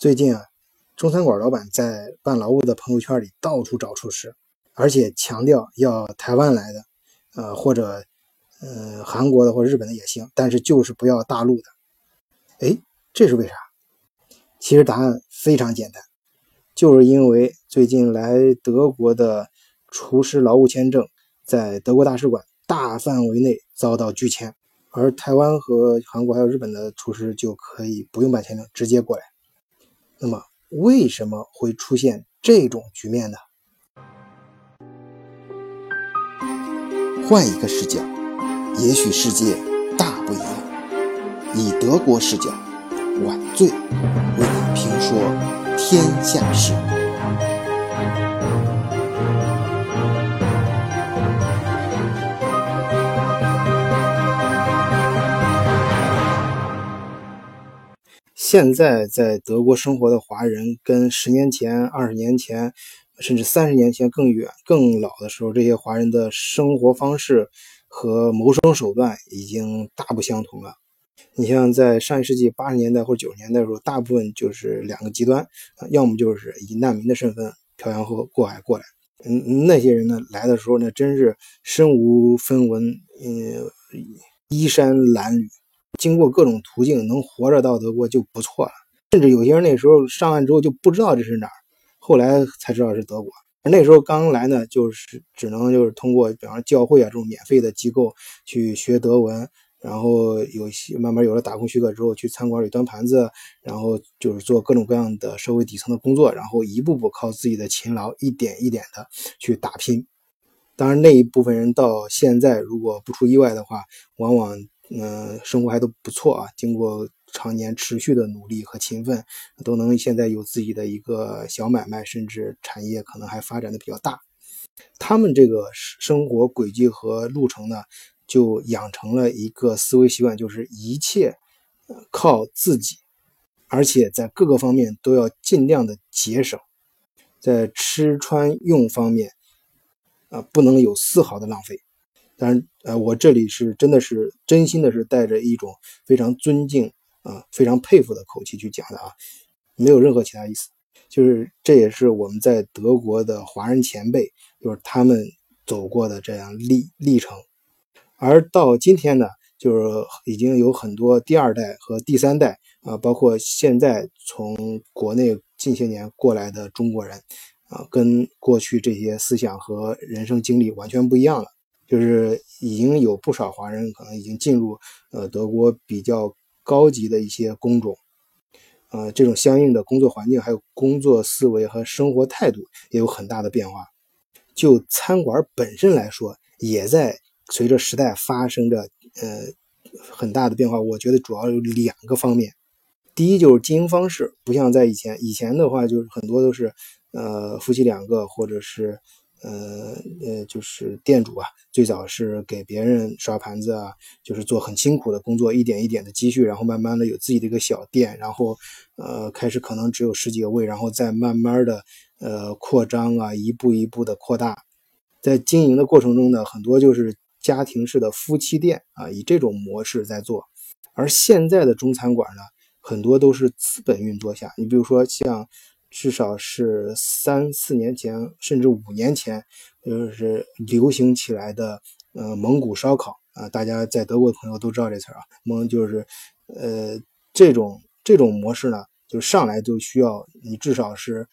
最近中餐馆老板在办劳务的朋友圈里到处找厨师，而且强调要台湾来的，或者韩国的或者日本的也行，但是就是不要大陆的。诶，这是为啥？其实答案非常简单，就是因为最近来德国的厨师劳务签证在德国大使馆大范围内遭到拒签，而台湾和韩国还有日本的厨师就可以不用办签证直接过来。那么为什么会出现这种局面呢？ 换一个视角，也许世界大不一样。以德国视角，晚醉为你评说天下事。 现在在德国生活的华人跟10年前、20年前甚至30年前更远更老的时候，这些华人的生活方式和谋生手段已经大不相同了。你像在上一世纪80年代或者90年代的时候，大部分就是两个极端，要么就是以难民的身份漂洋过海过来，那些人呢来的时候呢，真是身无分文，衣衫褴褛，经过各种途径能活着到德国就不错了。甚至有些人那时候上岸之后就不知道这是哪儿，后来才知道是德国。那时候刚来呢，就是只能就是通过比方说教会这种免费的机构去学德文，然后慢慢有了打工许可之后，去餐馆里端盘子，然后就是做各种各样的社会底层的工作，然后一步步靠自己的勤劳一点一点的去打拼。当然那一部分人到现在如果不出意外的话，往往生活还都不错啊，经过常年持续的努力和勤奋，都能现在有自己的一个小买卖，甚至产业可能还发展的比较大。他们这个生活轨迹和路程呢，就养成了一个思维习惯，就是一切靠自己，而且在各个方面都要尽量的节省，在吃穿用方面不能有丝毫的浪费。当然我这里是真心的是带着一种非常尊敬非常佩服的口气去讲的没有任何其他意思。就是这也是我们在德国的华人前辈，就是他们走过的这样历程。而到今天呢，就是已经有很多第二代和第三代包括现在从国内近些年过来的中国人跟过去这些思想和人生经历完全不一样了。就是已经有不少华人可能已经进入德国比较高级的一些工种，这种相应的工作环境还有工作思维和生活态度也有很大的变化。就餐馆本身来说，也在随着时代发生着很大的变化。我觉得主要有2个方面。第一就是经营方式，不像在以前的话，就是很多都是夫妻2个或者是就是店主最早是给别人刷盘子就是做很辛苦的工作，一点一点的积蓄，然后慢慢的有自己的一个小店，然后开始可能只有10几个位，然后再慢慢的扩张一步一步的扩大。在经营的过程中呢，很多就是家庭式的夫妻店以这种模式在做。而现在的中餐馆呢，很多都是资本运作下，你比如说像至少是3、4年前甚至5年前就是流行起来的蒙古烧烤大家在德国的朋友都知道这词就是这种模式呢，就上来就需要你至少是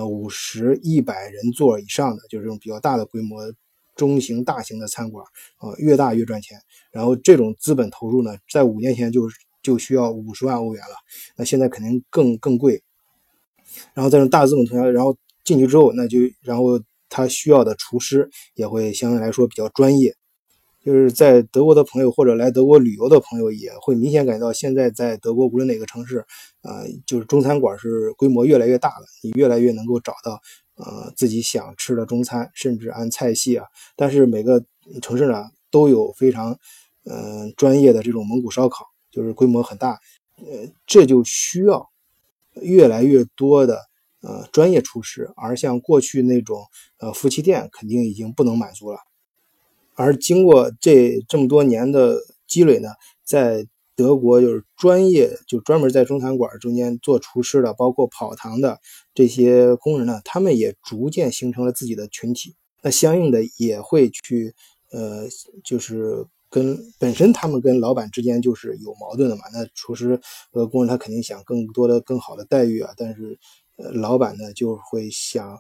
50、100人座以上的，就是这种比较大的规模中型大型的餐馆越大越赚钱。然后这种资本投入呢，在5年前就需要50万欧元了，那现在肯定更贵。然后这种大资本投下，然后进去之后，然后他需要的厨师也会相对来说比较专业。就是在德国的朋友或者来德国旅游的朋友也会明显感觉到，现在在德国无论哪个城市就是中餐馆是规模越来越大了，你越来越能够找到自己想吃的中餐，甚至按菜系但是每个城市呢都有非常专业的这种蒙古烧烤，就是规模很大这就需要越来越多的专业厨师，而像过去那种夫妻店肯定已经不能满足了。而经过这么多年的积累呢，在德国就是专业就专门在中餐馆中间做厨师的，包括跑堂的这些工人呢，他们也逐渐形成了自己的群体，那相应的也会去就是本身他们跟老板之间就是有矛盾的嘛，那厨师和工人他肯定想更多的更好的待遇啊，但是老板呢就会想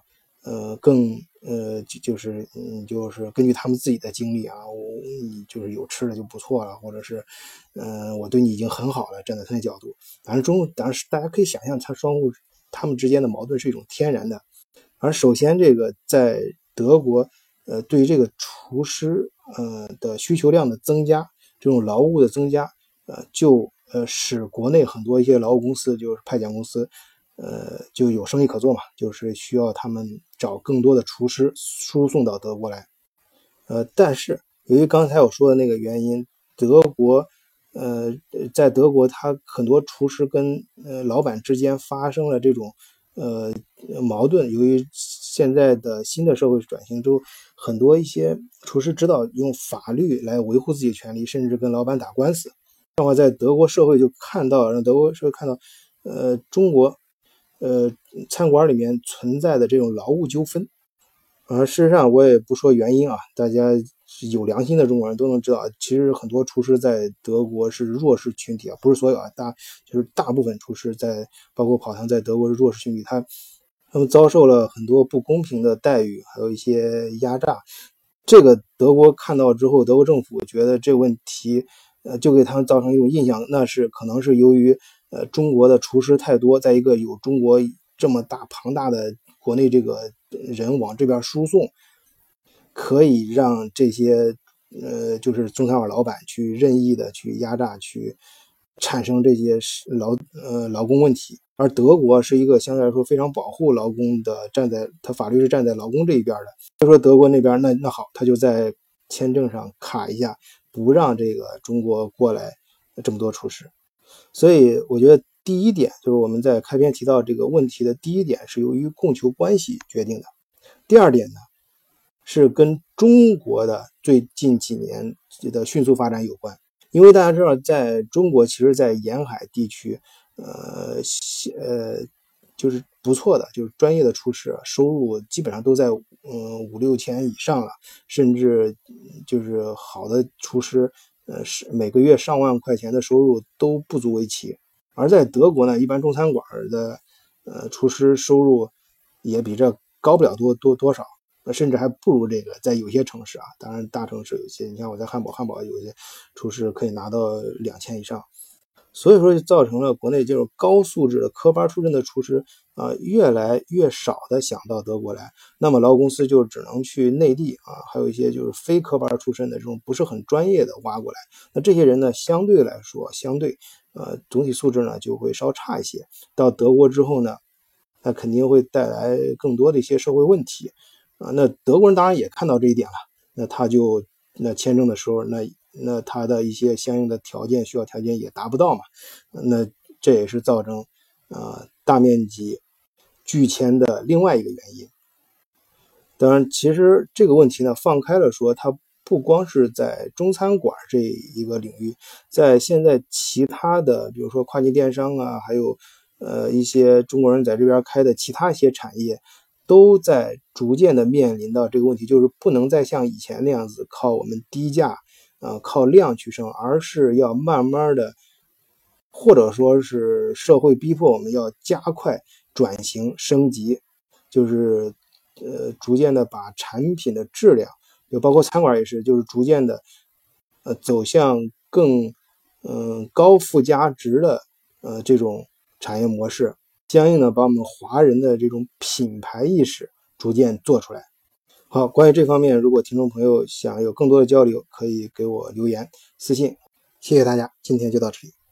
就是根据他们自己的经历啊，你就是有吃的就不错了，或者是我对你已经很好了，站在他的角度。当然大家可以想象他们之间的矛盾是一种天然的。而首先这个在德国对于这个厨师的需求量的增加，这种劳务的增加就使国内很多一些劳务公司就是派遣公司就有生意可做嘛，就是需要他们找更多的厨师输送到德国来。但是由于刚才我说的那个原因，在德国他很多厨师跟老板之间发生了这种矛盾。由于现在的新的社会转型中，很多一些厨师知道用法律来维护自己的权利，甚至跟老板打官司。这样的话，在德国社会就让德国社会看到中国餐馆里面存在的这种劳务纠纷。事实上我也不说原因啊，大家有良心的中国人都能知道，其实很多厨师在德国是弱势群体啊，不是所有啊，就是大部分厨师包括跑堂在德国是弱势群体，他们遭受了很多不公平的待遇，还有一些压榨。这个德国看到之后，德国政府觉得这个问题就给他们造成一种印象，那是可能是由于中国的厨师太多，在一个有中国这么庞大的国内这个人往这边输送，可以让这些就是中餐馆老板去任意的去压榨，去产生这些劳工问题。而德国是一个相对来说非常保护劳工的，他法律是站在劳工这一边的。所以说德国那边那好，他就在签证上卡一下，不让这个中国过来这么多厨师。所以我觉得第一点就是我们在开篇提到这个问题的第一点是由于供求关系决定的。第二点呢，是跟中国的最近几年的迅速发展有关。因为大家知道在中国，其实在沿海地区就是不错的，就是专业的厨师收入基本上都在5-6千以上了，甚至就是好的厨师每个月上万块钱的收入都不足为奇。而在德国呢，一般中餐馆的厨师收入也比这高不了多少，甚至还不如这个在有些城市啊，当然大城市有些，你像我在汉堡有些厨师可以拿到2000以上。所以说就造成了国内就是高素质的科班出身的厨师越来越少的想到德国来，那么劳务公司就只能去内地还有一些就是非科班出身的这种不是很专业的挖过来。那这些人呢，相对来说总体素质呢就会稍差一些。到德国之后呢，那肯定会带来更多的一些社会问题那德国人当然也看到这一点了，那签证的时候那他的一些相应的需要条件也达不到嘛，那这也是造成大面积拒签的另外一个原因。当然其实这个问题呢放开了说，它不光是在中餐馆这一个领域，在现在其他的比如说跨境电商还有一些中国人在这边开的其他一些产业，都在逐渐的面临到这个问题，就是不能再像以前那样子靠我们低价靠量取胜，而是要慢慢的，或者说是社会逼迫我们要加快转型升级，就是逐渐的把产品的质量，就包括餐馆也是，就是逐渐的走向更高附加值的这种产业模式，相应的把我们华人的这种品牌意识逐渐做出来。好，关于这方面，如果听众朋友想有更多的交流，可以给我留言私信。谢谢大家，今天就到这里。